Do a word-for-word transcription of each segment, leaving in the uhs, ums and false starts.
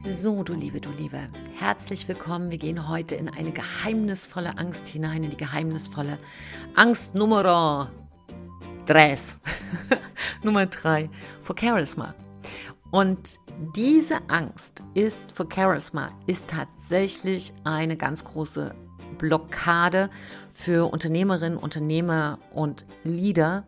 So, du Liebe, du Liebe, herzlich willkommen. Wir gehen heute in eine geheimnisvolle Angst hinein, in die geheimnisvolle Angst Nummer drei, Nummer drei, vor Charisma. Und diese Angst ist vor Charisma, ist tatsächlich eine ganz große Blockade für Unternehmerinnen, Unternehmer und Leader,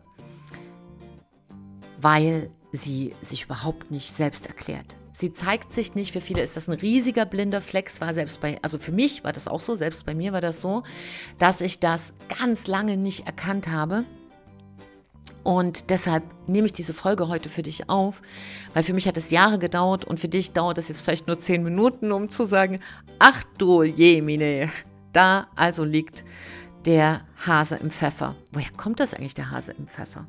weil sie sich überhaupt nicht selbst erklärt. Sie zeigt sich nicht, für viele ist das ein riesiger blinder Fleck, war selbst bei, also für mich war das auch so, selbst bei mir war das so, dass ich das ganz lange nicht erkannt habe. Und deshalb nehme ich diese Folge heute für dich auf, weil für mich hat es Jahre gedauert und für dich dauert es jetzt vielleicht nur zehn Minuten, um zu sagen, ach du Jemine, da also liegt der Hase im Pfeffer. Woher kommt das eigentlich, der Hase im Pfeffer?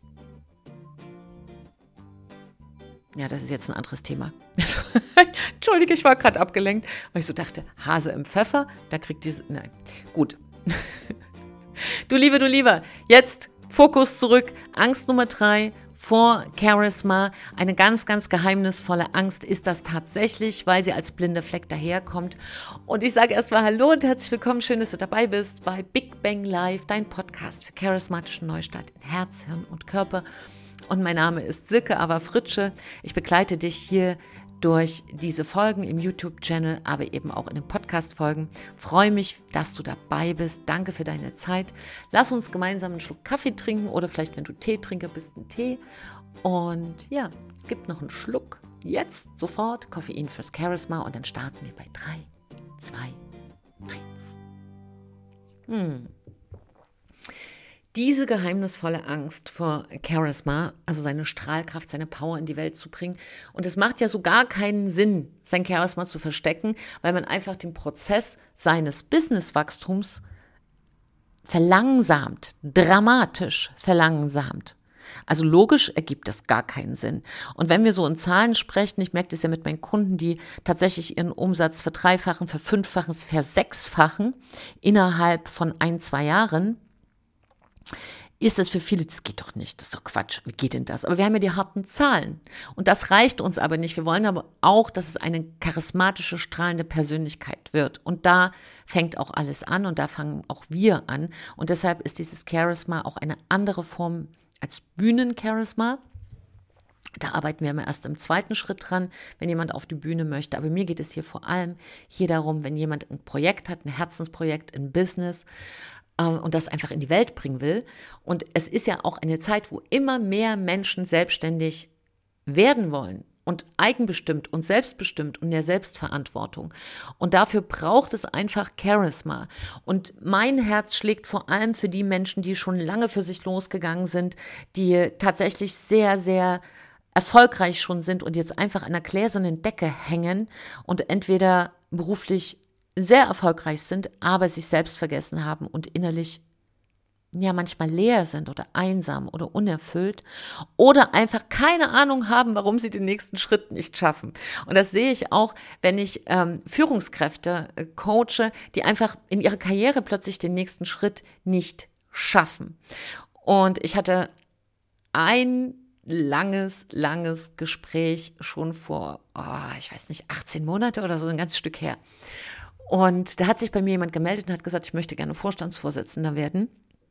Ja, das ist jetzt ein anderes Thema. Entschuldige, ich war gerade abgelenkt, weil ich so dachte, Hase im Pfeffer, da kriegt diese, nein, gut. Du Liebe, du Lieber, jetzt Fokus zurück, Angst Nummer drei vor Charisma. Eine ganz, ganz geheimnisvolle Angst ist das tatsächlich, weil sie als blinder Fleck daherkommt. Und ich sage erstmal Hallo und herzlich willkommen, schön, dass du dabei bist bei Big Bang Live, dein Podcast für charismatischen Neustart in Herz, Hirn und Körper. Und mein Name ist Silke Ava Fritsche. Ich begleite dich hier durch diese Folgen im YouTube-Channel, aber eben auch in den Podcast-Folgen. Freue mich, dass du dabei bist. Danke für deine Zeit. Lass uns gemeinsam einen Schluck Kaffee trinken oder vielleicht, wenn du Teetrinker bist, einen Tee. Und ja, es gibt noch einen Schluck. Jetzt sofort Koffein fürs Charisma und dann starten wir bei drei, zwei, eins. Hm. Diese geheimnisvolle Angst vor Charisma, also seine Strahlkraft, seine Power in die Welt zu bringen. Und es macht ja so gar keinen Sinn, sein Charisma zu verstecken, weil man einfach den Prozess seines Businesswachstums verlangsamt, dramatisch verlangsamt. Also logisch ergibt das gar keinen Sinn. Und wenn wir so in Zahlen sprechen, ich merke das ja mit meinen Kunden, die tatsächlich ihren Umsatz verdreifachen, verfünffachen, versechsfachen innerhalb von ein, zwei Jahren, ist das für viele, das geht doch nicht, das ist doch Quatsch, wie geht denn das? Aber wir haben ja die harten Zahlen und das reicht uns aber nicht. Wir wollen aber auch, dass es eine charismatische, strahlende Persönlichkeit wird und da fängt auch alles an und da fangen auch wir an und deshalb ist dieses Charisma auch eine andere Form als Bühnencharisma. Da arbeiten wir immer erst im zweiten Schritt dran, wenn jemand auf die Bühne möchte. Aber mir geht es hier vor allem hier darum, wenn jemand ein Projekt hat, ein Herzensprojekt, ein Business, und das einfach in die Welt bringen will. Und es ist ja auch eine Zeit, wo immer mehr Menschen selbstständig werden wollen und eigenbestimmt und selbstbestimmt und in der Selbstverantwortung. Und dafür braucht es einfach Charisma. Und mein Herz schlägt vor allem für die Menschen, die schon lange für sich losgegangen sind, die tatsächlich sehr, sehr erfolgreich schon sind und jetzt einfach an einer gläsernen Decke hängen und entweder beruflich sehr erfolgreich sind, aber sich selbst vergessen haben und innerlich ja manchmal leer sind oder einsam oder unerfüllt oder einfach keine Ahnung haben, warum sie den nächsten Schritt nicht schaffen. Und das sehe ich auch, wenn ich ähm, Führungskräfte äh, coache, die einfach in ihrer Karriere plötzlich den nächsten Schritt nicht schaffen. Und ich hatte ein langes, langes Gespräch schon vor, oh, ich weiß nicht, achtzehn Monate oder so, ein ganzes Stück her. Und da hat sich bei mir jemand gemeldet und hat gesagt, ich möchte gerne Vorstandsvorsitzender werden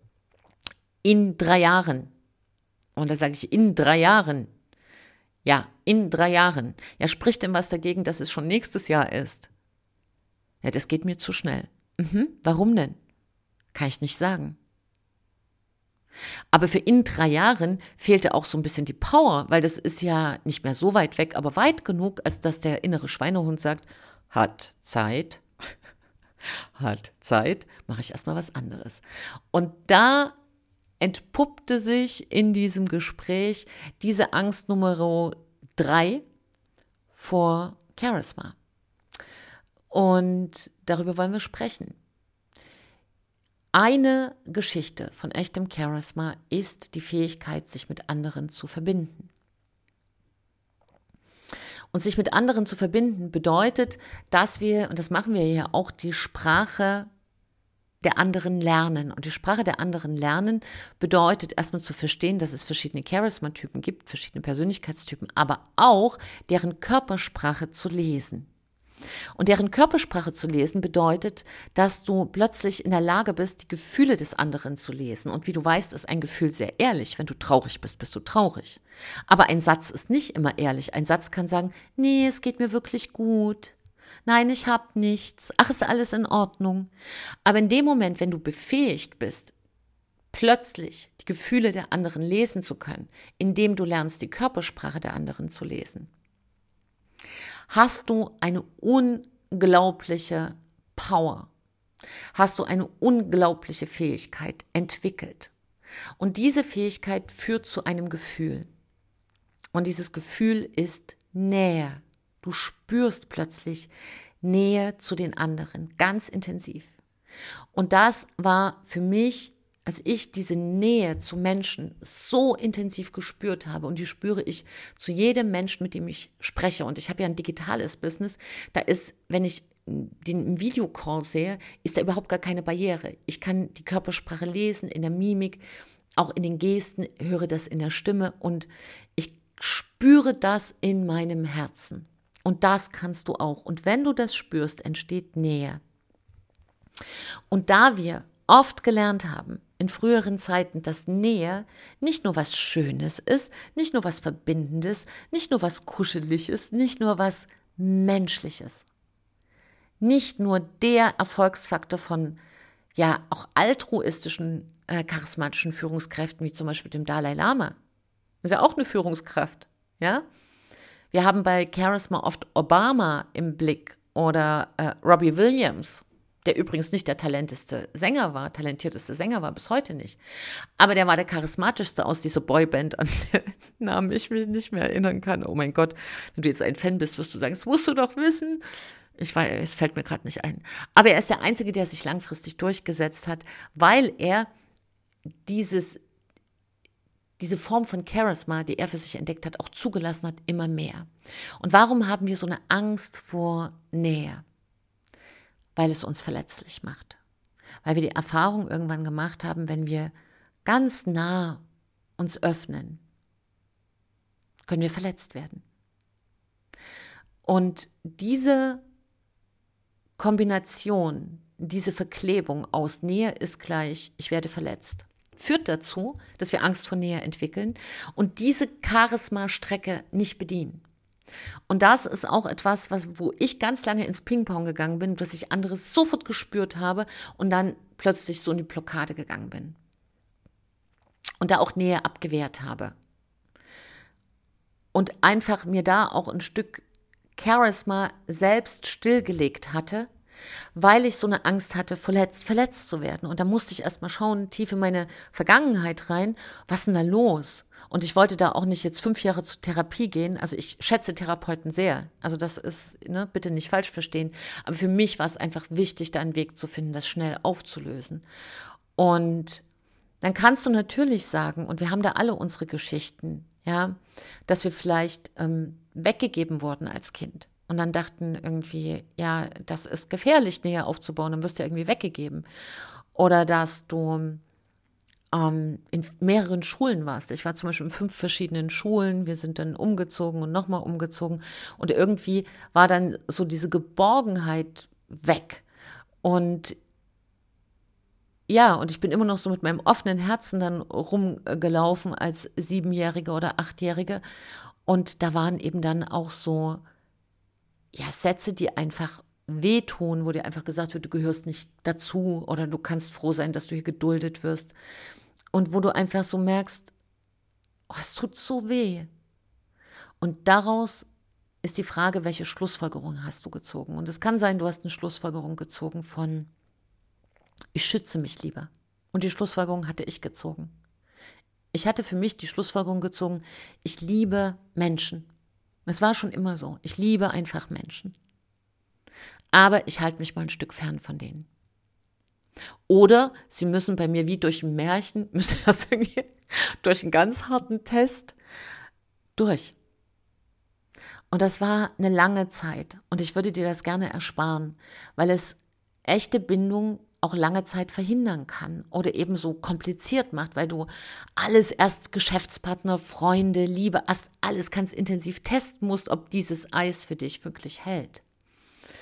in drei Jahren. Und da sage ich, in drei Jahren. Ja, in drei Jahren. Ja, spricht denn was dagegen, dass es schon nächstes Jahr ist? Ja, das geht mir zu schnell. Mhm, warum denn? Kann ich nicht sagen. Aber für in drei Jahren fehlte auch so ein bisschen die Power, weil das ist ja nicht mehr so weit weg, aber weit genug, als dass der innere Schweinehund sagt, hat Zeit. Hat Zeit, mache ich erstmal was anderes. Und da entpuppte sich in diesem Gespräch diese Angst Nummer drei vor Charisma. Und darüber wollen wir sprechen. Eine Geschichte von echtem Charisma ist die Fähigkeit, sich mit anderen zu verbinden. Und sich mit anderen zu verbinden bedeutet, dass wir, und das machen wir ja auch, die Sprache der anderen lernen. Und die Sprache der anderen lernen bedeutet erstmal zu verstehen, dass es verschiedene Charisma-Typen gibt, verschiedene Persönlichkeitstypen, aber auch deren Körpersprache zu lesen. Und deren Körpersprache zu lesen bedeutet, dass du plötzlich in der Lage bist, die Gefühle des anderen zu lesen. Und wie du weißt, ist ein Gefühl sehr ehrlich. Wenn du traurig bist, bist du traurig. Aber ein Satz ist nicht immer ehrlich. Ein Satz kann sagen, nee, es geht mir wirklich gut. Nein, ich hab nichts. Ach, ist alles in Ordnung. Aber in dem Moment, wenn du befähigt bist, plötzlich die Gefühle der anderen lesen zu können, indem du lernst, die Körpersprache der anderen zu lesen, hast du eine unglaubliche Power, hast du eine unglaubliche Fähigkeit entwickelt. Und diese Fähigkeit führt zu einem Gefühl. Und dieses Gefühl ist Nähe. Du spürst plötzlich Nähe zu den anderen, ganz intensiv. Und das war für mich, als ich diese Nähe zu Menschen so intensiv gespürt habe, und die spüre ich zu jedem Menschen, mit dem ich spreche. Und ich habe ja ein digitales Business, da ist, wenn ich den Videocall sehe, ist da überhaupt gar keine Barriere. Ich kann die Körpersprache lesen, in der Mimik, auch in den Gesten, höre das in der Stimme und ich spüre das in meinem Herzen. Und das kannst du auch. Und wenn du das spürst, entsteht Nähe. Und da wir oft gelernt haben, in früheren Zeiten, dass Nähe nicht nur was Schönes ist, nicht nur was Verbindendes, nicht nur was Kuscheliges, nicht nur was Menschliches. Nicht nur der Erfolgsfaktor von, ja, auch altruistischen, äh, charismatischen Führungskräften, wie zum Beispiel dem Dalai Lama. Das ist ja auch eine Führungskraft, ja. Wir haben bei Charisma oft Obama im Blick oder äh, Robbie Williams, der übrigens nicht der talenteste Sänger war, talentierteste Sänger war bis heute nicht. Aber der war der charismatischste aus dieser Boyband, an den Namen ich mich nicht mehr erinnern kann. Oh mein Gott, wenn du jetzt ein Fan bist, wirst du sagen, das musst du doch wissen. Ich weiß, es fällt mir gerade nicht ein. Aber er ist der Einzige, der sich langfristig durchgesetzt hat, weil er dieses, diese Form von Charisma, die er für sich entdeckt hat, auch zugelassen hat, immer mehr. Und warum haben wir so eine Angst vor Nähe? Weil es uns verletzlich macht. Weil wir die Erfahrung irgendwann gemacht haben, wenn wir ganz nah uns öffnen, können wir verletzt werden. Und diese Kombination, diese Verklebung aus Nähe ist gleich, ich werde verletzt, führt dazu, dass wir Angst vor Nähe entwickeln und diese Charisma-Strecke nicht bedienen. Und das ist auch etwas, was, wo ich ganz lange ins Ping-Pong gegangen bin, dass ich anderes sofort gespürt habe und dann plötzlich so in die Blockade gegangen bin. Und da auch Nähe abgewehrt habe. Und einfach mir da auch ein Stück Charisma selbst stillgelegt hatte, weil ich so eine Angst hatte, verletzt, verletzt zu werden. Und da musste ich erst mal schauen, tief in meine Vergangenheit rein, was ist denn da los? Und ich wollte da auch nicht jetzt fünf Jahre zur Therapie gehen. Also ich schätze Therapeuten sehr. Also das ist, ne, bitte nicht falsch verstehen. Aber für mich war es einfach wichtig, da einen Weg zu finden, das schnell aufzulösen. Und dann kannst du natürlich sagen, und wir haben da alle unsere Geschichten, ja, dass wir vielleicht ähm, weggegeben wurden als Kind. Und dann dachten irgendwie, ja, das ist gefährlich, Nähe aufzubauen, dann wirst du irgendwie weggegeben. Oder dass du ähm, in mehreren Schulen warst. Ich war zum Beispiel in fünf verschiedenen Schulen, wir sind dann umgezogen und nochmal umgezogen. Und irgendwie war dann so diese Geborgenheit weg. Und ja, und ich bin immer noch so mit meinem offenen Herzen dann rumgelaufen als Siebenjährige oder Achtjährige. Und da waren eben dann auch so, ja, Sätze, die einfach wehtun, wo dir einfach gesagt wird, du gehörst nicht dazu oder du kannst froh sein, dass du hier geduldet wirst. Und wo du einfach so merkst, oh, es tut so weh. Und daraus ist die Frage, welche Schlussfolgerung hast du gezogen? Und es kann sein, du hast eine Schlussfolgerung gezogen von, ich schütze mich lieber. Und die Schlussfolgerung hatte ich gezogen. Ich hatte für mich die Schlussfolgerung gezogen, ich liebe Menschen. Es war schon immer so. Ich liebe einfach Menschen. Aber ich halte mich mal ein Stück fern von denen. Oder sie müssen bei mir wie durch ein Märchen, müssen das irgendwie durch einen ganz harten Test durch. Und das war eine lange Zeit. Und ich würde dir das gerne ersparen, weil es echte Bindung auch lange Zeit verhindern kann oder eben so kompliziert macht, weil du alles erst Geschäftspartner, Freunde, Liebe, erst alles ganz intensiv testen musst, ob dieses Eis für dich wirklich hält.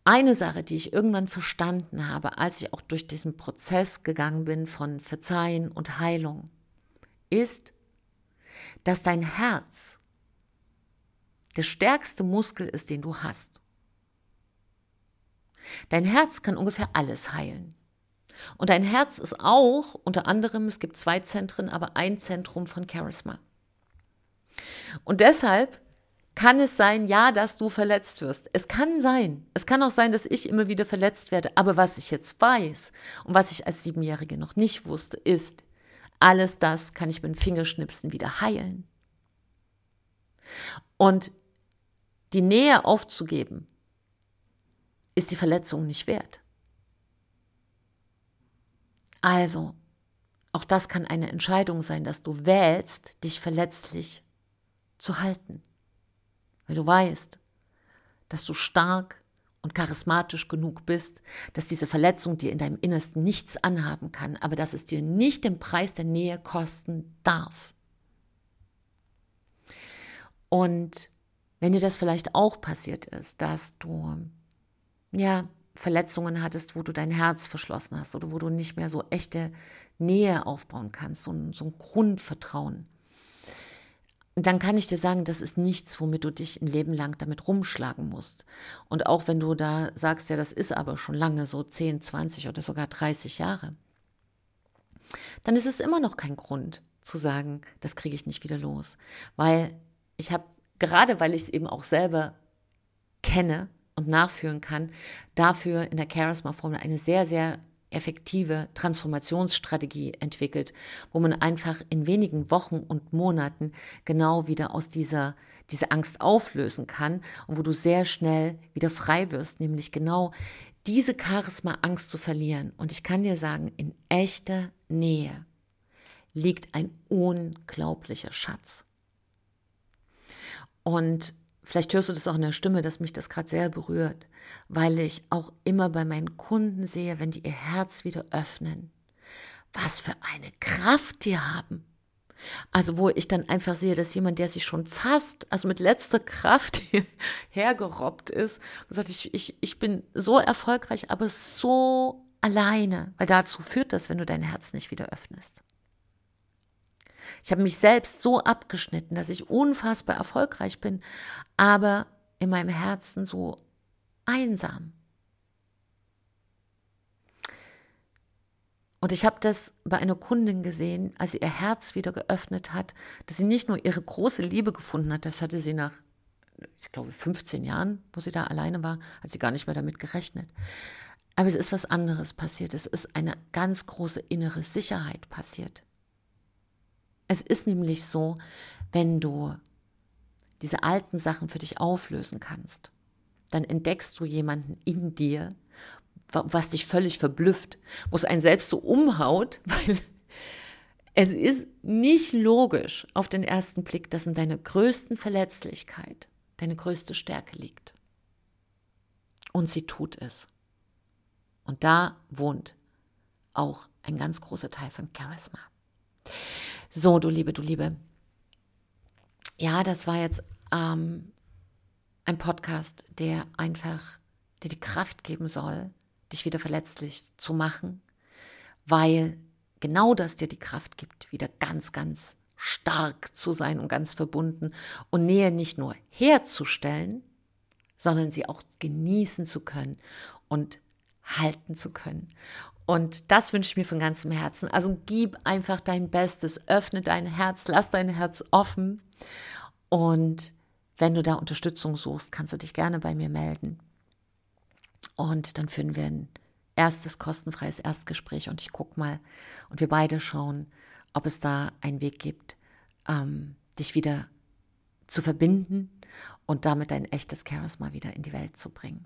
Eine Sache, die ich irgendwann verstanden habe, als ich auch durch diesen Prozess gegangen bin von Verzeihen und Heilung, ist, dass dein Herz der stärkste Muskel ist, den du hast. Dein Herz kann ungefähr alles heilen. Und dein Herz ist auch, unter anderem, es gibt zwei Zentren, aber ein Zentrum von Charisma. Und deshalb kann es sein, ja, dass du verletzt wirst. Es kann sein. Es kann auch sein, dass ich immer wieder verletzt werde. Aber was ich jetzt weiß und was ich als Siebenjährige noch nicht wusste, ist, alles das kann ich mit dem Fingerschnipsen wieder heilen. Und die Nähe aufzugeben, ist die Verletzung nicht wert. Also, auch das kann eine Entscheidung sein, dass du wählst, dich verletzlich zu halten. Weil du weißt, dass du stark und charismatisch genug bist, dass diese Verletzung dir in deinem Innersten nichts anhaben kann, aber dass es dir nicht den Preis der Nähe kosten darf. Und wenn dir das vielleicht auch passiert ist, dass du ja Verletzungen hattest, wo du dein Herz verschlossen hast oder wo du nicht mehr so echte Nähe aufbauen kannst, so ein, so ein Grundvertrauen, dann kann ich dir sagen, das ist nichts, womit du dich ein Leben lang damit rumschlagen musst. Und auch wenn du da sagst, ja, das ist aber schon lange, so zehn, zwanzig oder sogar dreißig Jahre, dann ist es immer noch kein Grund zu sagen, das kriege ich nicht wieder los. Weil ich habe, gerade weil ich es eben auch selber kenne und nachführen kann, dafür in der Charisma-Formel eine sehr, sehr effektive Transformationsstrategie entwickelt, wo man einfach in wenigen Wochen und Monaten genau wieder aus dieser, dieser Angst auflösen kann und wo du sehr schnell wieder frei wirst, nämlich genau diese Charisma-Angst zu verlieren. Und ich kann dir sagen, in echter Nähe liegt ein unglaublicher Schatz. Und vielleicht hörst du das auch in der Stimme, dass mich das gerade sehr berührt, weil ich auch immer bei meinen Kunden sehe, wenn die ihr Herz wieder öffnen, was für eine Kraft die haben. Also wo ich dann einfach sehe, dass jemand, der sich schon fast, also mit letzter Kraft hergerobbt ist, und sagt, ich, ich, ich bin so erfolgreich, aber so alleine, weil dazu führt das, wenn du dein Herz nicht wieder öffnest. Ich habe mich selbst so abgeschnitten, dass ich unfassbar erfolgreich bin, aber in meinem Herzen so einsam. Und ich habe das bei einer Kundin gesehen, als sie ihr Herz wieder geöffnet hat, dass sie nicht nur ihre große Liebe gefunden hat, das hatte sie nach, ich glaube, fünfzehn Jahren, wo sie da alleine war, hat sie gar nicht mehr damit gerechnet. Aber es ist was anderes passiert. Es ist eine ganz große innere Sicherheit passiert. Es ist nämlich so, wenn du diese alten Sachen für dich auflösen kannst, dann entdeckst du jemanden in dir, was dich völlig verblüfft, wo es einen selbst so umhaut, weil es ist nicht logisch auf den ersten Blick, dass in deiner größten Verletzlichkeit deine größte Stärke liegt. Und sie tut es. Und da wohnt auch ein ganz großer Teil von Charisma. So, du Liebe, du Liebe. Ja, das war jetzt ähm, ein Podcast, der einfach dir die Kraft geben soll, dich wieder verletzlich zu machen, weil genau das dir die Kraft gibt, wieder ganz, ganz stark zu sein und ganz verbunden und Nähe nicht nur herzustellen, sondern sie auch genießen zu können und halten zu können. Und das wünsche ich mir von ganzem Herzen. Also gib einfach dein Bestes, öffne dein Herz, lass dein Herz offen. Und wenn du da Unterstützung suchst, kannst du dich gerne bei mir melden. Und dann führen wir ein erstes kostenfreies Erstgespräch und ich gucke mal und wir beide schauen, ob es da einen Weg gibt, ähm, dich wieder zu verbinden und damit dein echtes Charisma wieder in die Welt zu bringen.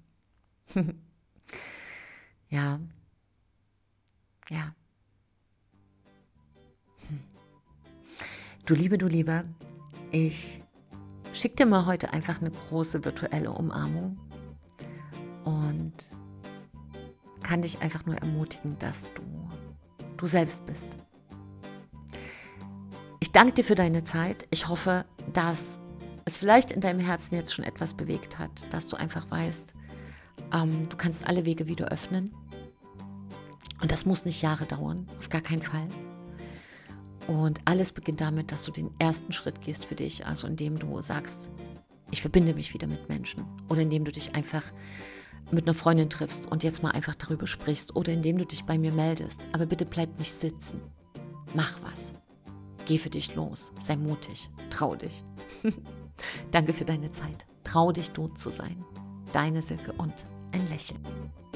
Ja. Ja. Hm. Du Liebe, du Liebe, ich schicke dir mal heute einfach eine große virtuelle Umarmung und kann dich einfach nur ermutigen, dass du du selbst bist. Ich danke dir für deine Zeit. Ich hoffe, dass es vielleicht in deinem Herzen jetzt schon etwas bewegt hat, dass du einfach weißt, Ähm, du kannst alle Wege wieder öffnen. Und das muss nicht Jahre dauern, auf gar keinen Fall. Und alles beginnt damit, dass du den ersten Schritt gehst für dich, also indem du sagst, ich verbinde mich wieder mit Menschen. Oder indem du dich einfach mit einer Freundin triffst und jetzt mal einfach darüber sprichst. Oder indem du dich bei mir meldest. Aber bitte bleib nicht sitzen. Mach was. Geh für dich los. Sei mutig. Trau dich. Danke für deine Zeit. Trau dich, du zu sein. Deine Silke und ein Lächeln.